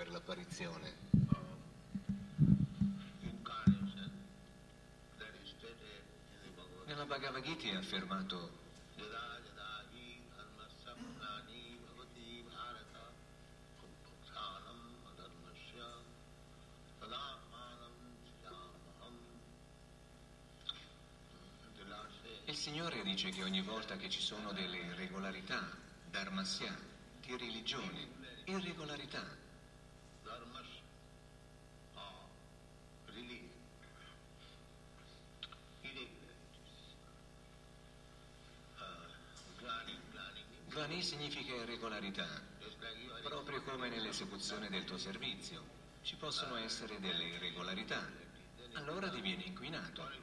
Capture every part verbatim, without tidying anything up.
per l'apparizione. Nella Bhagavad Gita è affermato: il Signore dice che ogni volta che ci sono delle irregolarità, dharmasya, di religione, irregolarità, glani significa irregolarità, proprio come nell'esecuzione del tuo servizio. Ci possono essere delle irregolarità, allora divieni inquinato.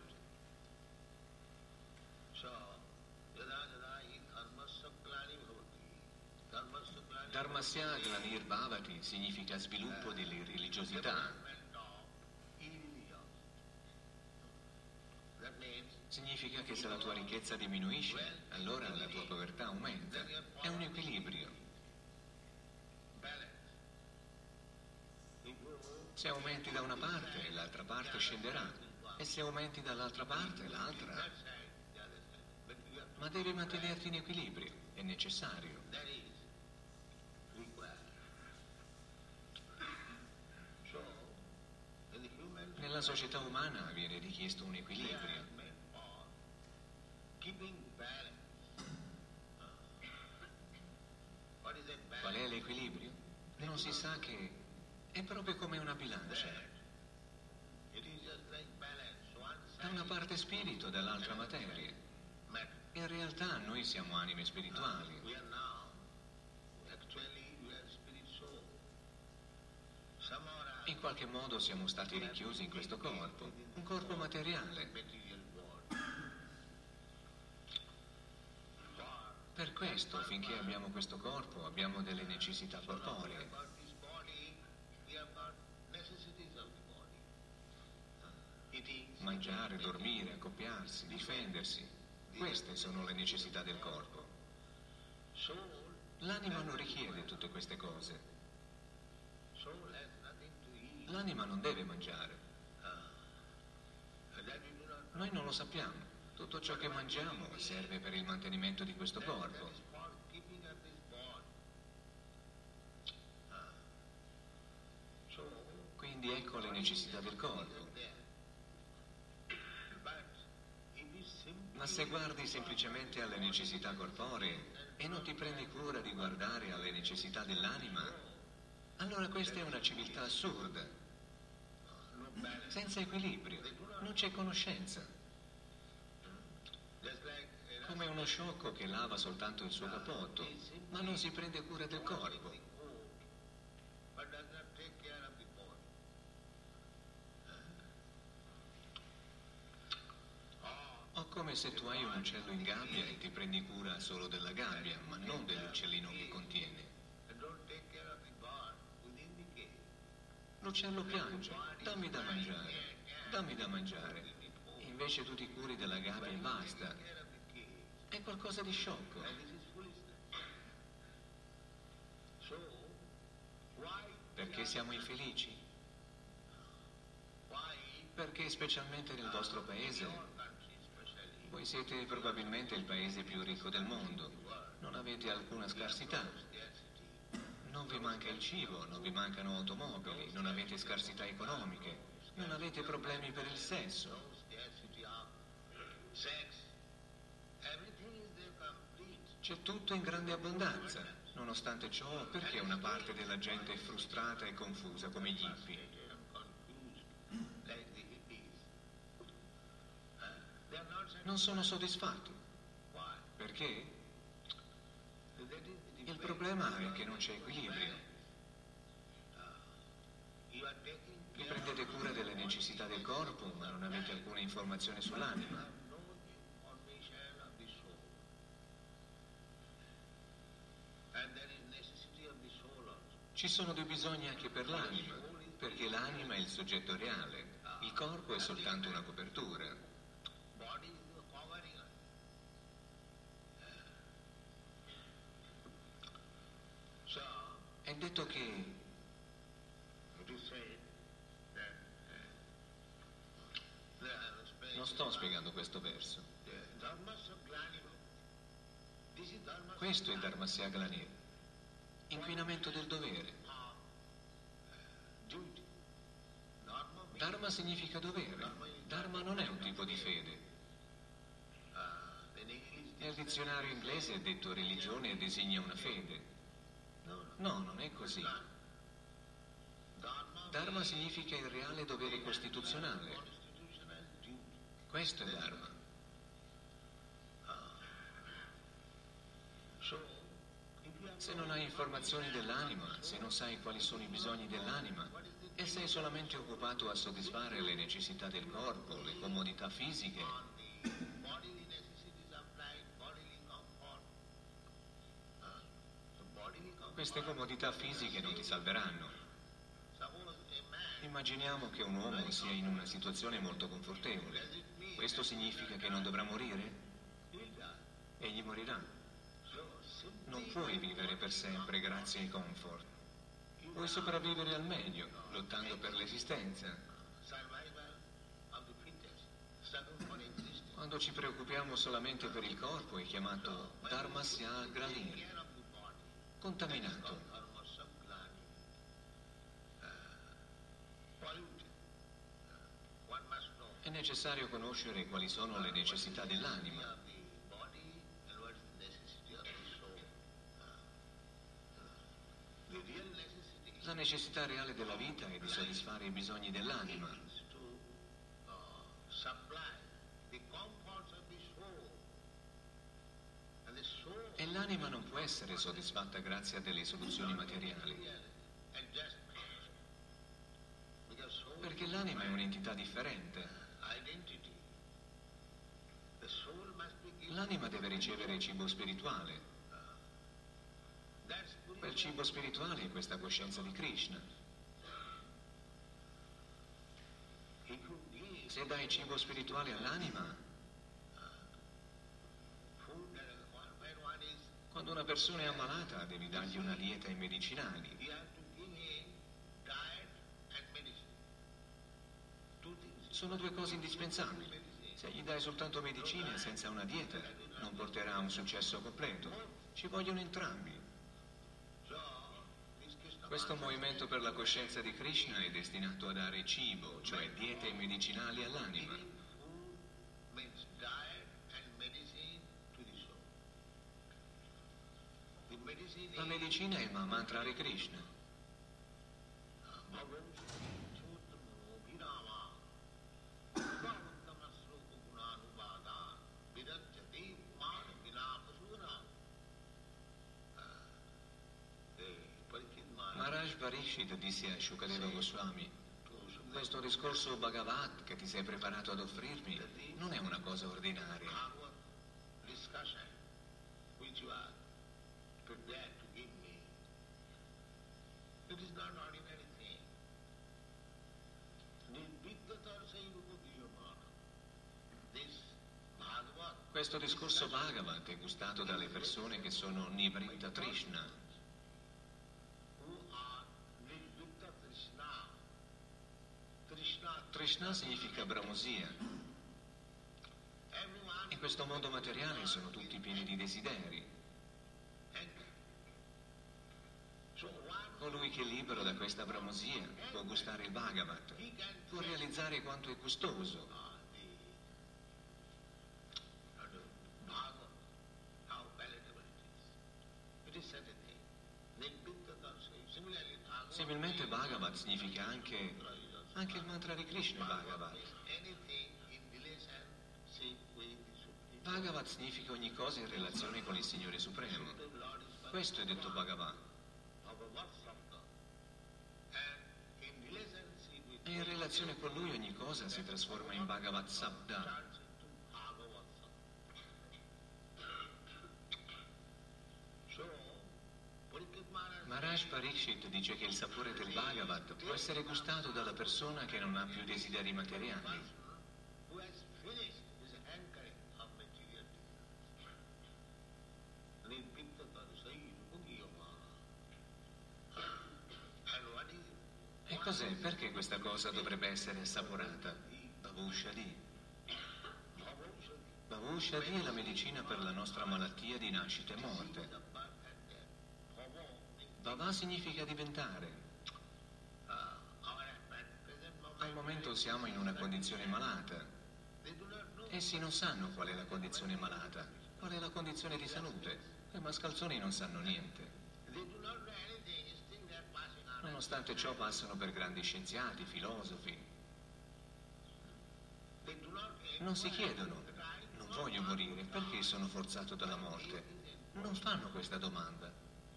Dharmasya glanir bhavati significa sviluppo dell'irreligiosità. Significa che se la tua ricchezza diminuisce, allora la tua povertà aumenta. È un equilibrio. Se aumenti da una parte, l'altra parte scenderà. E se aumenti dall'altra parte, l'altra. Ma devi mantenerti in equilibrio, è necessario. Nella società umana viene richiesto un equilibrio. Qual è l'equilibrio? Non si sa, che è proprio come una bilancia. Da una parte spirito, dall'altra materia. In realtà noi siamo anime spirituali. In qualche modo siamo stati rinchiusi in questo corpo, un corpo materiale. Per questo, finché abbiamo questo corpo, abbiamo delle necessità corporee. Mangiare, dormire, accoppiarsi, difendersi. Queste sono le necessità del corpo. L'anima non richiede tutte queste cose. L'anima non deve mangiare. Noi non lo sappiamo. Tutto ciò che mangiamo serve per il mantenimento di questo corpo. Quindi ecco le necessità del corpo. Ma se guardi semplicemente alle necessità corporee e non ti prendi cura di guardare alle necessità dell'anima, allora questa è una civiltà assurda. Senza equilibrio, non c'è conoscenza. Come uno sciocco che lava soltanto il suo capotto, ma non si prende cura del corpo. O come se tu hai un uccello in gabbia e ti prendi cura solo della gabbia, ma non dell'uccellino che contiene. L'uccello piange, dammi da mangiare, dammi da mangiare. Invece tu ti curi della gabbia e basta. È qualcosa di sciocco. Perché siamo infelici? Perché specialmente nel vostro paese, voi siete probabilmente il paese più ricco del mondo, non avete alcuna scarsità. Non vi manca il cibo, non vi mancano automobili, non avete scarsità economiche, non avete problemi per il sesso. C'è tutto in grande abbondanza. Nonostante ciò, perché una parte della gente è frustrata e confusa come gli hippie? Non sono soddisfatti. Perché? Il problema è che non c'è equilibrio. Vi prendete cura delle necessità del corpo, ma non avete alcuna informazione sull'anima. Ci sono dei bisogni anche per l'anima, perché l'anima è il soggetto reale, il corpo è soltanto una copertura. È detto che spiegando questo verso. Questo è Dharmasya Glanir, inquinamento del dovere. Dharma significa dovere. Dharma non è un tipo di fede. Nel dizionario inglese è detto religione e designa una fede. No, non è così. Dharma significa il reale dovere costituzionale. Questo è Dharma. Se non hai informazioni dell'anima, se non sai quali sono i bisogni dell'anima e sei solamente occupato a soddisfare le necessità del corpo, le comodità fisiche, queste comodità fisiche non ti salveranno. Immaginiamo che un uomo sia in una situazione molto confortevole. Questo significa che non dovrà morire? Egli morirà. Non puoi vivere per sempre grazie ai comfort. Puoi sopravvivere al meglio, lottando per l'esistenza. Quando ci preoccupiamo solamente per il corpo è chiamato Dharmasya Glanir, contaminato. È necessario conoscere quali sono le necessità dell'anima. La necessità reale della vita è di soddisfare i bisogni dell'anima. E l'anima non può essere soddisfatta grazie a delle soluzioni materiali. Perché l'anima è un'entità differente. L'anima deve ricevere cibo spirituale. Quel cibo spirituale è questa coscienza di Krishna. Se dai cibo spirituale all'anima, quando una persona è ammalata devi dargli una dieta e medicinali. Sono due cose indispensabili. Se gli dai soltanto medicine senza una dieta, non porterà a un successo completo. Ci vogliono entrambi. Questo movimento per la coscienza di Krishna è destinato a dare cibo, cioè diete e medicinali all'anima. La medicina è il mantra Hare Krishna. Maharaj Parikshit disse a Shukadeva Goswami: questo discorso Bhagavat che ti sei preparato ad offrirmi non è una cosa ordinaria. Questo discorso Bhagavat è gustato dalle persone che sono Nivritta Trishna. Trishna significa bramosia. In questo mondo materiale sono tutti pieni di desideri. Colui che è libero da questa bramosia può gustare il Bhagavat, può realizzare quanto è gustoso. Similmente Bhagavat significa anche, anche il mantra di Krishna Bhagavat. Bhagavat significa ogni cosa in relazione con il Signore Supremo. Questo è detto Bhagavat. E in relazione con Lui ogni cosa si trasforma in Bhagavat Sabda. Maharaj Parikshit dice che il sapore del Bhagavat può essere gustato dalla persona che non ha più desideri materiali. E cos'è? Perché questa cosa dovrebbe essere assaporata? Babushadi. Aushadhi è la medicina per la nostra malattia di nascita e morte. Bhava significa diventare. Al momento siamo in una condizione malata. Essi non sanno qual è la condizione malata, qual è la condizione di salute. I mascalzoni non sanno niente. Nonostante ciò passano per grandi scienziati, filosofi. Non si chiedono, non voglio morire, perché sono forzato dalla morte? Non fanno questa domanda.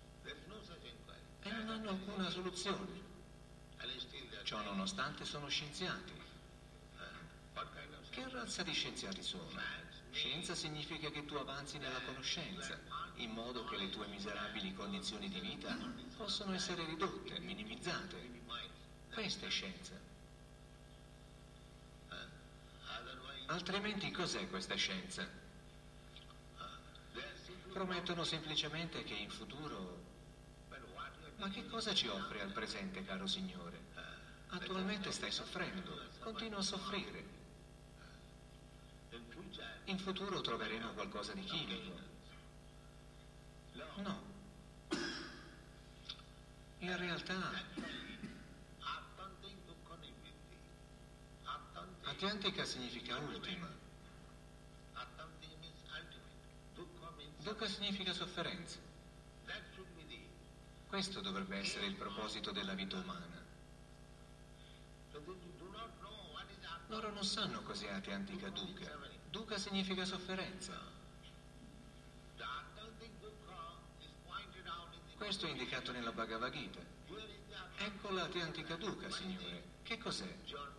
E non hanno alcuna soluzione. Ciò nonostante sono scienziati. Che razza di scienziati sono? Scienza significa che tu avanzi nella conoscenza, in modo che le tue miserabili condizioni di vita possono essere ridotte, minimizzate. Questa è scienza. Altrimenti cos'è questa scienza? Promettono semplicemente che in futuro... Ma che cosa ci offre al presente, caro Signore? Attualmente stai soffrendo, continua a soffrire. In futuro troveremo qualcosa di chimico. No. In realtà, Atyantika significa ultima. Dukkha significa sofferenza. Questo dovrebbe essere il proposito della vita umana. Loro non sanno cos'è Atyantika Dukkha. Dukkha significa sofferenza. Questo è indicato nella Bhagavad Gita. Ecco l'Atyantika Dukkha, Signore. Che cos'è?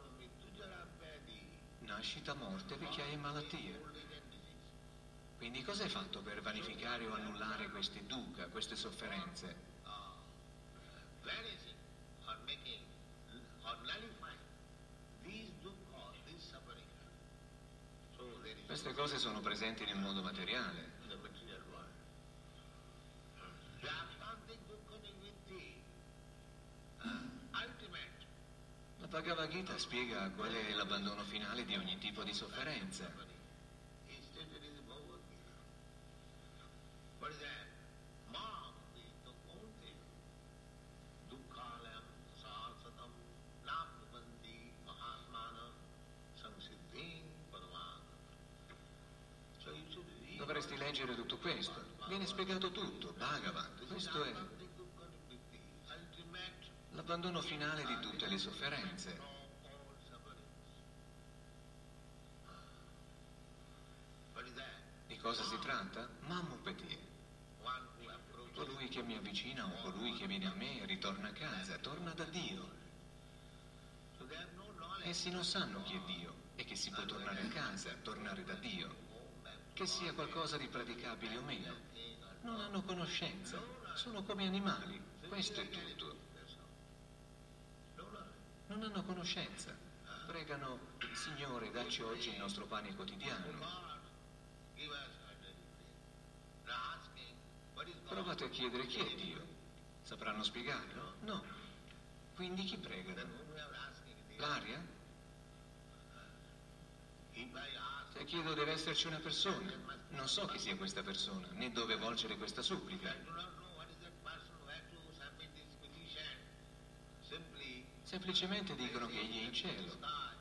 Nascita, morte, vecchiaia e malattie. Quindi cos'è fatto per vanificare o annullare queste dukkha, queste sofferenze? Queste cose sono presenti nel mondo materiale. La Bhagavad Gita spiega qual è l'abbandono finale di ogni tipo di sofferenza. Dovresti leggere tutto questo. Viene spiegato tutto, Bhagavan. Questo è l'abbandono finale di tutte le sofferenze. Di cosa si tratta? Mammupeti. Colui che mi avvicina o colui che viene a me ritorna a casa, torna da Dio. Essi non sanno chi è Dio e che si può tornare a casa, tornare da Dio. Che sia qualcosa di praticabile o meno. Non hanno conoscenza, sono come animali, questo è tutto. Non hanno conoscenza. Pregano, Signore, dacci oggi il nostro pane quotidiano. Provate a chiedere chi è Dio. Sapranno spiegarlo? No. Quindi chi pregano? L'aria? Se chiedo deve esserci una persona, non so chi sia questa persona, né dove volgere questa supplica. Semplicemente dicono che egli è in cielo.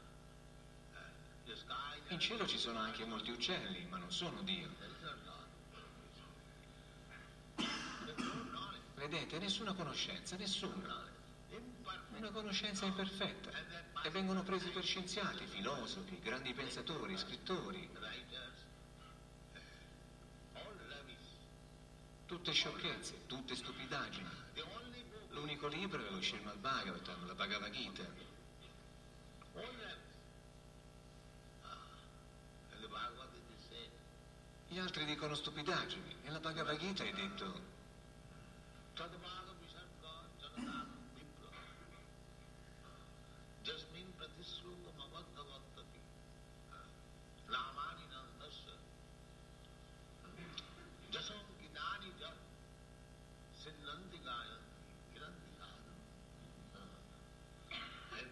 In cielo ci sono anche molti uccelli, ma non sono Dio. Vedete, nessuna conoscenza, nessuna. Una conoscenza imperfetta. E vengono presi per scienziati, filosofi, grandi pensatori, scrittori. Tutte sciocchezze, tutte stupidaggini. L'unico libro è lo Srimad Bhagavatam, la Bhagavad Gita. Gli altri dicono stupidaggini. Nella Bhagavad Gita è detto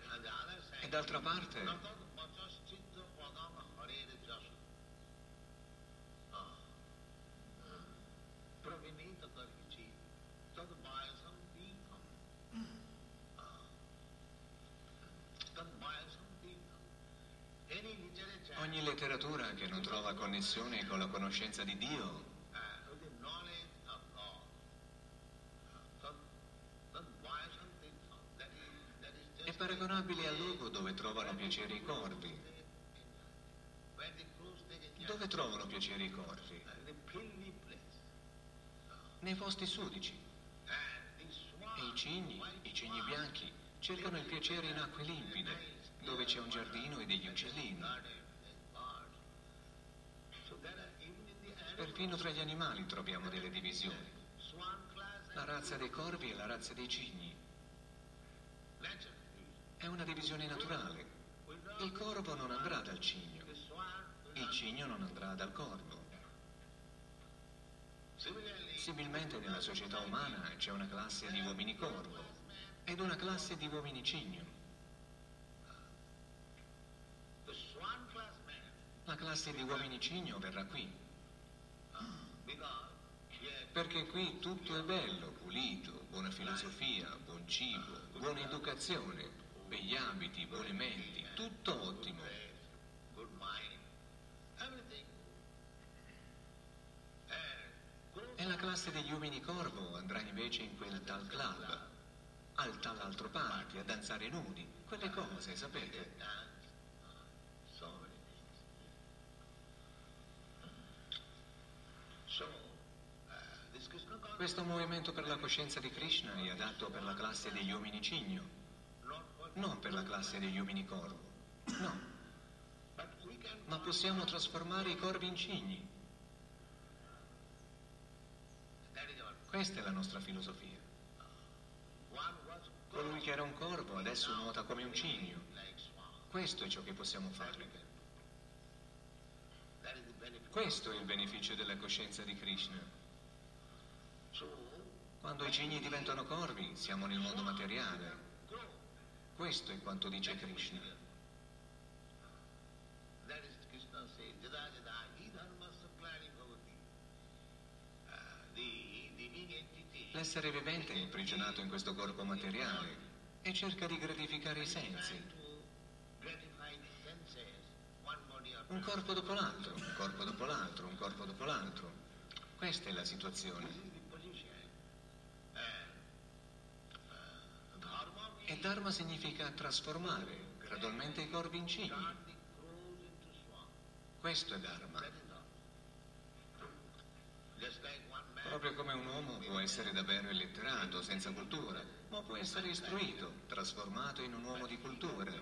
e d'altra parte letteratura che non trova connessione con la conoscenza di Dio è paragonabile al luogo dove trovano piacere i corvi. Dove trovano piacere i corvi? Nei posti sudici. E i cigni, i cigni bianchi, cercano il piacere in acque limpide, dove c'è un giardino e degli uccellini. Perfino tra gli animali troviamo delle divisioni. La razza dei corvi e la razza dei cigni. È una divisione naturale. Il corvo non andrà dal cigno. Il cigno non andrà dal corvo. Similmente nella società umana c'è una classe di uomini corvo ed una classe di uomini cigno. La classe di uomini cigno verrà qui, perché qui tutto è bello, pulito, buona filosofia, buon cibo, buona educazione, begli abiti, buone menti, tutto ottimo. E la classe degli uomini corvo andrà invece in quel tal club, al tal altro party, a danzare nudi, quelle cose, sapete? Questo movimento per la coscienza di Krishna è adatto per la classe degli uomini cigno, non per la classe degli uomini corvo, no. Ma possiamo trasformare i corvi in cigni. Questa è la nostra filosofia. Colui che era un corvo adesso nuota come un cigno. Questo è ciò che possiamo fare. Questo è il beneficio della coscienza di Krishna. Quando i cigni diventano corvi, siamo nel mondo materiale. Questo è quanto dice Krishna. L'essere vivente è imprigionato in questo corpo materiale e cerca di gratificare i sensi. Un corpo dopo l'altro, un corpo dopo l'altro, un corpo dopo l'altro. Questa è la situazione. E Dharma significa trasformare gradualmente i corvi in cigni. Questo è Dharma. Proprio come un uomo può essere davvero illetterato, senza cultura, ma può essere istruito, trasformato in un uomo di cultura.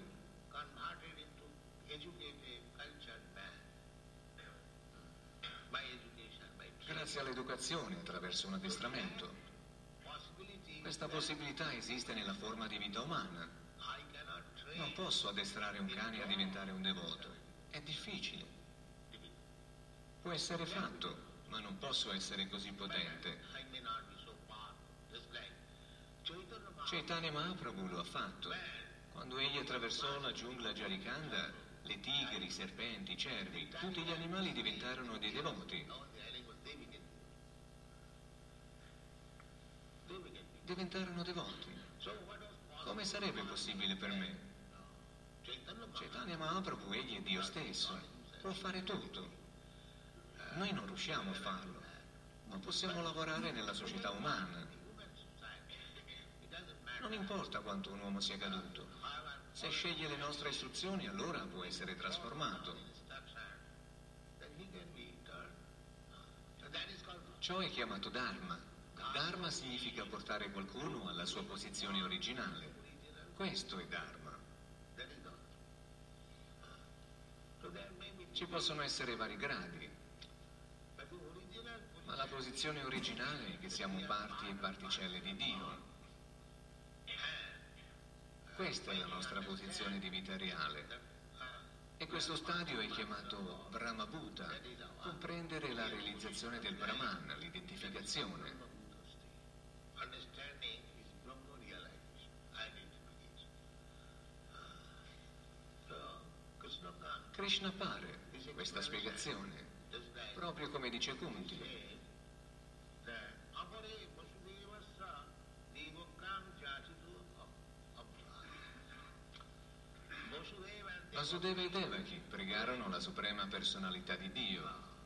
Grazie all'educazione, attraverso un addestramento. Questa possibilità esiste nella forma di vita umana. Non posso addestrare un cane a diventare un devoto. È difficile. Può essere fatto, ma non posso essere così potente. Chaitanya Mahaprabhu lo ha fatto. Quando egli attraversò la giungla Jarikanda, le tigri, i serpenti, i cervi, tutti gli animali diventarono dei devoti. Diventarono devoti. Come sarebbe possibile per me? Chaitanya Mahaprabhu, egli è Dio stesso, può fare tutto. Noi non riusciamo a farlo, ma possiamo lavorare nella società umana. Non importa quanto un uomo sia caduto. Se sceglie le nostre istruzioni, allora può essere trasformato. Ciò è chiamato Dharma. Dharma significa portare qualcuno alla sua posizione originale. Questo è Dharma. Ci possono essere vari gradi, ma la posizione originale è che siamo parti e particelle di Dio. Questa è la nostra posizione di vita reale. E questo stadio è chiamato Brahmabhuta, comprendere la realizzazione del Brahman, l'identificazione. Krishna appare questa spiegazione, proprio come dice Kunti. Vasudeva e Devaki pregarono la suprema personalità di Dio.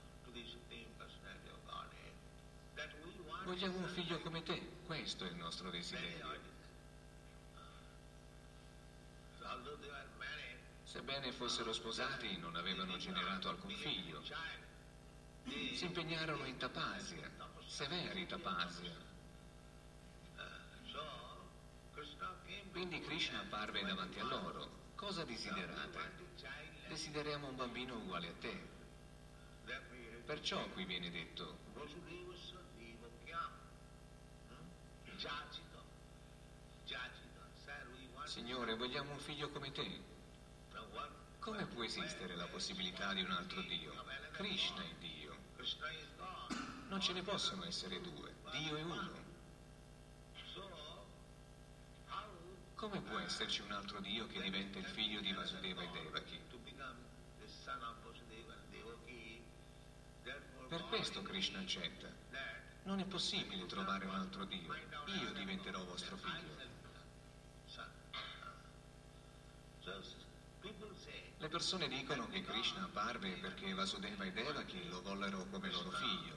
Vogliamo un figlio come te, questo è il nostro desiderio. Sebbene fossero sposati, non avevano generato alcun figlio. Si impegnarono in tapasya, severi tapasya. Quindi Krishna apparve davanti a loro. Cosa desiderate? Desideriamo un bambino uguale a te. Perciò qui viene detto: Signore, vogliamo un figlio come te. Come può esistere la possibilità di un altro Dio? Krishna è Dio. Non ce ne possono essere due. Dio è uno. Come può esserci un altro Dio che diventa il figlio di Vasudeva e Devaki? Per questo Krishna accetta. Non è possibile trovare un altro Dio. Io diventerò vostro figlio. Le persone dicono che Krishna apparve perché Vasudeva e Devaki lo vollero come loro figlio.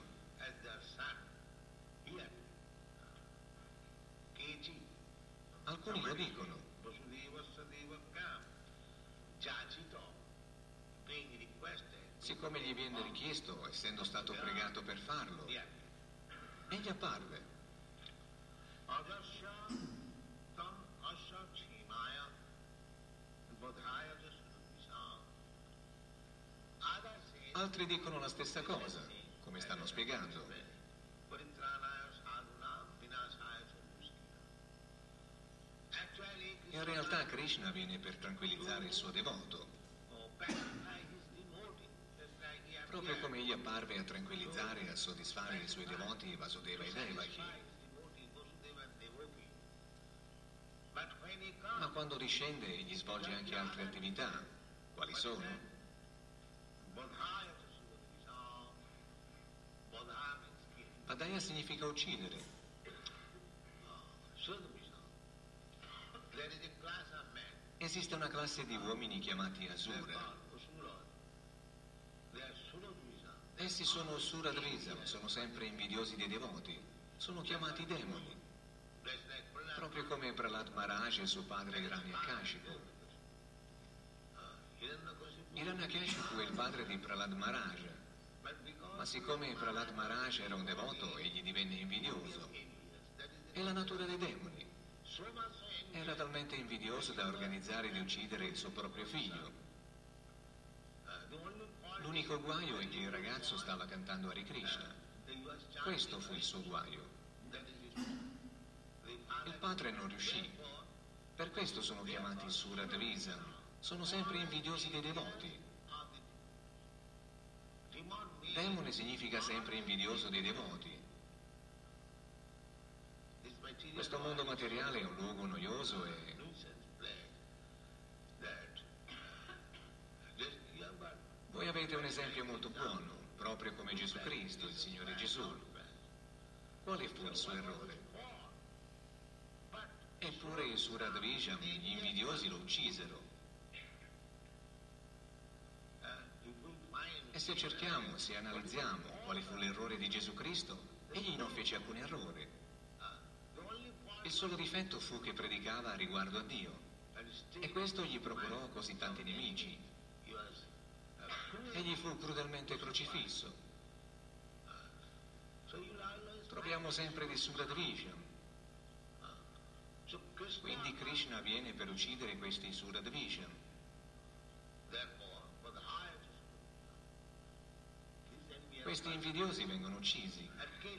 Alcuni lo dicono. Siccome gli viene richiesto, essendo stato pregato per farlo, egli apparve. Altri dicono la stessa cosa, come stanno spiegando. In realtà Krishna viene per tranquillizzare il suo devoto, proprio come egli apparve a tranquillizzare e a soddisfare i suoi devoti Vasudeva e Devaki. Ma quando riscende egli svolge anche altre attività. Quali sono? Padaya significa uccidere. Esiste una classe di uomini chiamati Asura. Essi sono Suradrisa, sono sempre invidiosi dei devoti. Sono chiamati demoni. Proprio come Prahlad Maharaj e suo padre Hiranyakashipu. Hiranyakashipu è il padre di Prahlad Maharaj. Ma siccome Prahlad Maharaj era un devoto, egli divenne invidioso. È la natura dei demoni. Era talmente invidioso da organizzare di uccidere il suo proprio figlio. L'unico guaio è che il ragazzo stava cantando Hare Krishna. Questo fu il suo guaio. Il padre non riuscì. Per questo sono chiamati Suradvisa. Sono sempre invidiosi dei devoti. Demone significa sempre invidioso dei devoti. Questo mondo materiale è un luogo noioso e... Voi avete un esempio molto buono, proprio come Gesù Cristo, il Signore Gesù. Quale fu il suo errore? Eppure i Suradvija, gli invidiosi, lo uccisero. E se cerchiamo, se analizziamo quale fu l'errore di Gesù Cristo, egli non fece alcun errore. Il solo difetto fu che predicava riguardo a Dio. E questo gli procurò così tanti nemici. Egli fu crudelmente crocifisso. Troviamo sempre di Suradvija. Quindi Krishna viene per uccidere questi Suradvija. Questi invidiosi vengono uccisi.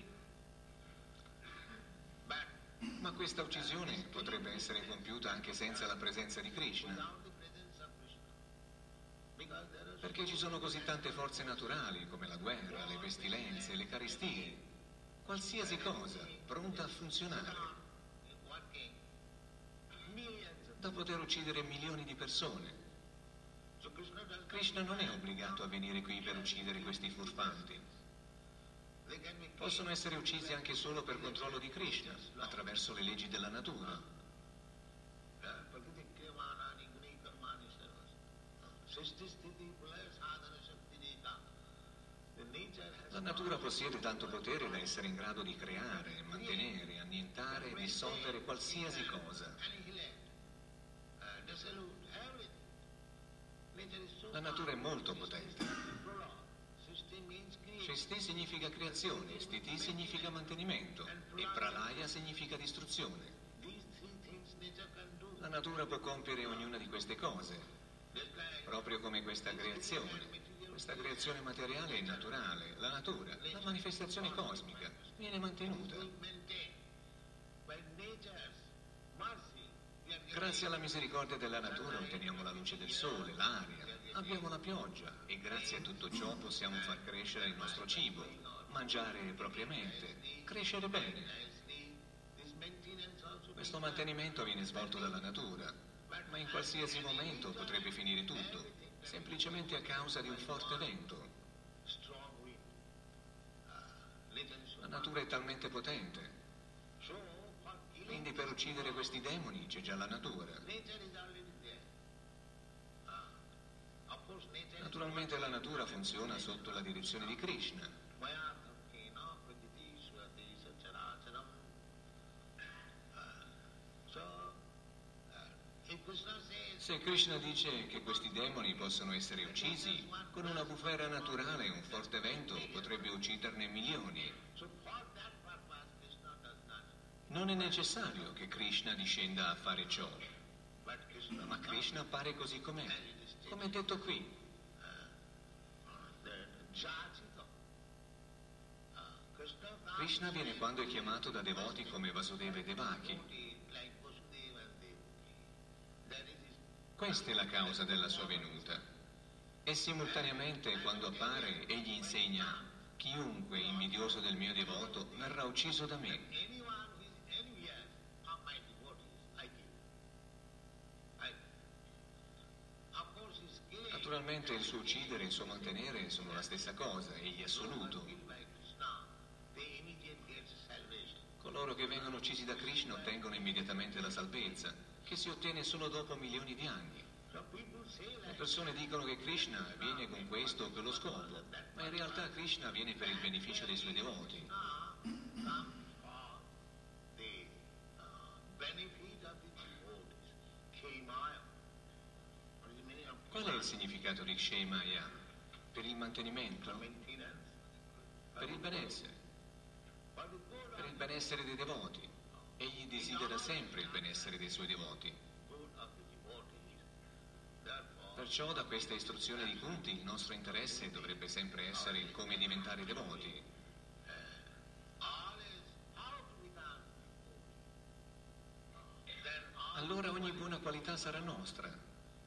Ma questa uccisione potrebbe essere compiuta anche senza la presenza di Krishna. Perché ci sono così tante forze naturali come la guerra, le pestilenze, le carestie, qualsiasi cosa pronta a funzionare, da poter uccidere milioni di persone. Krishna non è obbligato a venire qui per uccidere questi furfanti. Possono essere uccisi anche solo per controllo di Krishna, attraverso le leggi della natura. La natura possiede tanto potere da essere in grado di creare, mantenere, annientare, dissolvere qualsiasi cosa. La natura è molto potente. Shesti significa creazione, Stiti significa mantenimento e Pralaya significa distruzione. La natura può compiere ognuna di queste cose, proprio come questa creazione. Questa creazione materiale è naturale, la natura, la manifestazione cosmica, viene mantenuta. Grazie alla misericordia della natura otteniamo la luce del sole, l'aria, abbiamo la pioggia e grazie a tutto ciò possiamo far crescere il nostro cibo, mangiare propriamente, crescere bene. Questo mantenimento viene svolto dalla natura, ma in qualsiasi momento potrebbe finire tutto, semplicemente a causa di un forte vento. La natura è talmente potente, quindi per uccidere questi demoni c'è già la natura. Naturalmente la natura funziona sotto la direzione di Krishna. Se Krishna dice che questi demoni possono essere uccisi, con una bufera naturale e un forte vento potrebbe ucciderne milioni. Non è necessario che Krishna discenda a fare ciò, ma Krishna appare così com'è, come è detto qui. Krishna viene quando è chiamato da devoti come Vasudeva e Devaki. Questa è la causa della sua venuta. E simultaneamente, quando appare, egli insegna: chiunque invidioso del mio devoto verrà ucciso da me. Naturalmente il suo uccidere e il suo mantenere sono la stessa cosa, egli è assoluto. Coloro che vengono uccisi da Krishna ottengono immediatamente la salvezza, che si ottiene solo dopo milioni di anni. Le persone dicono che Krishna viene con questo o quello scopo, ma in realtà Krishna viene per il beneficio dei suoi devoti. Qual è il significato di Kshemaya? Per il mantenimento? Per il benessere? Per il benessere dei devoti. Egli desidera sempre il benessere dei suoi devoti. Perciò da questa istruzione di Kunti il nostro interesse dovrebbe sempre essere il come diventare devoti. Allora ogni buona qualità sarà nostra.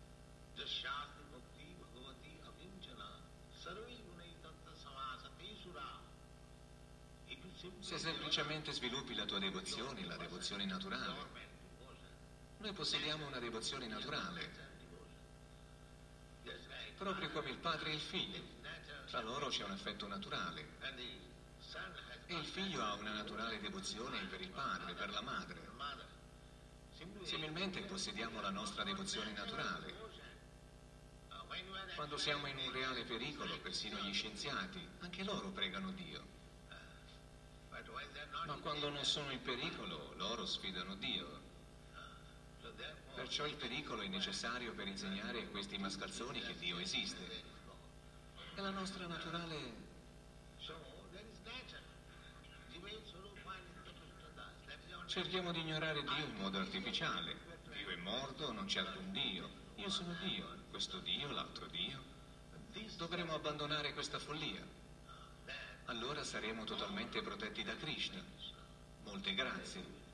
Se semplicemente sviluppi la tua devozione, la devozione naturale. Noi possediamo una devozione naturale, proprio come il padre e il figlio. Tra loro c'è un affetto naturale. E il figlio ha una naturale devozione per il padre, per la madre. Similmente possediamo la nostra devozione naturale. Quando siamo in un reale pericolo, persino gli scienziati, anche loro pregano Dio. Ma quando non sono in pericolo, loro sfidano Dio. Perciò il pericolo è necessario per insegnare a questi mascalzoni che Dio esiste. È la nostra naturale... Cerchiamo di ignorare Dio in modo artificiale. Dio è morto, non c'è alcun Dio. Io sono Dio, questo Dio, l'altro Dio. Dovremo abbandonare questa follia. Allora saremo totalmente protetti da Krishna. Molte grazie.